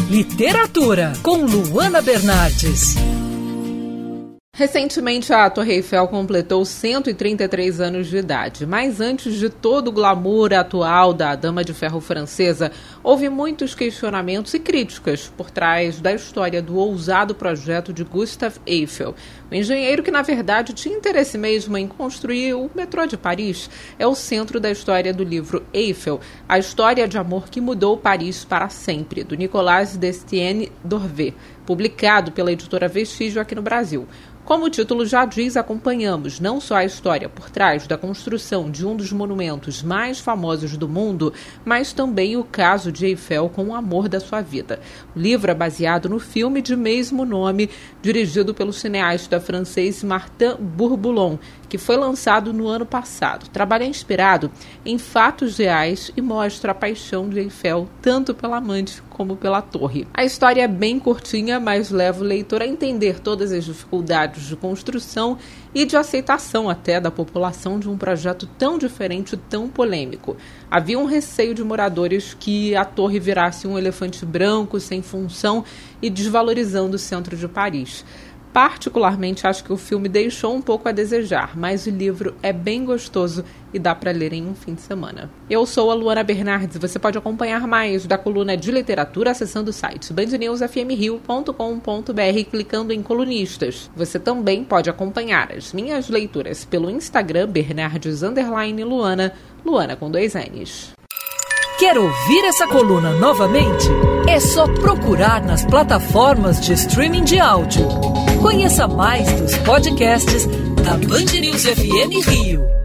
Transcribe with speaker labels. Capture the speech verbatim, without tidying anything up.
Speaker 1: Literatura, com Luana Bernardes.
Speaker 2: Recentemente, a Torre Eiffel completou cento e trinta e três anos de idade, mas antes de todo o glamour atual da Dama de Ferro francesa, houve muitos questionamentos e críticas por trás da história do ousado projeto de Gustave Eiffel. O engenheiro que, na verdade, tinha interesse mesmo em construir o metrô de Paris é o centro da história do livro Eiffel, a história de amor que mudou Paris para sempre, do Nicolas Destienne-Dorvé, publicado pela editora Vestígio aqui no Brasil. Como o título já diz, acompanhamos não só a história por trás da construção de um dos monumentos mais famosos do mundo, mas também o caso de Eiffel com o amor da sua vida. O livro é baseado no filme de mesmo nome, dirigido pelo cineasta francês Martin Bourboulon, que foi lançado no ano passado. O trabalho é inspirado em fatos reais e mostra a paixão de Eiffel tanto pela amante como pela torre. A história é bem curtinha, mas leva o leitor a entender todas as dificuldades de construção e de aceitação até da população de um projeto tão diferente e tão polêmico. Havia um receio de moradores que a torre virasse um elefante branco, sem função e desvalorizando o centro de Paris. Particularmente, acho que o filme deixou um pouco a desejar, mas o livro é bem gostoso e dá para ler em um fim de semana. Eu sou a Luana Bernardes e você pode acompanhar mais da coluna de literatura acessando o site band news f m rio ponto com ponto b r clicando em colunistas. Você também pode acompanhar as minhas leituras pelo Instagram Bernardes underline Luana, Luana com dois N's.
Speaker 1: Quer ouvir essa coluna novamente? É só procurar nas plataformas de streaming de áudio. Conheça mais dos podcasts da Band News F M Rio.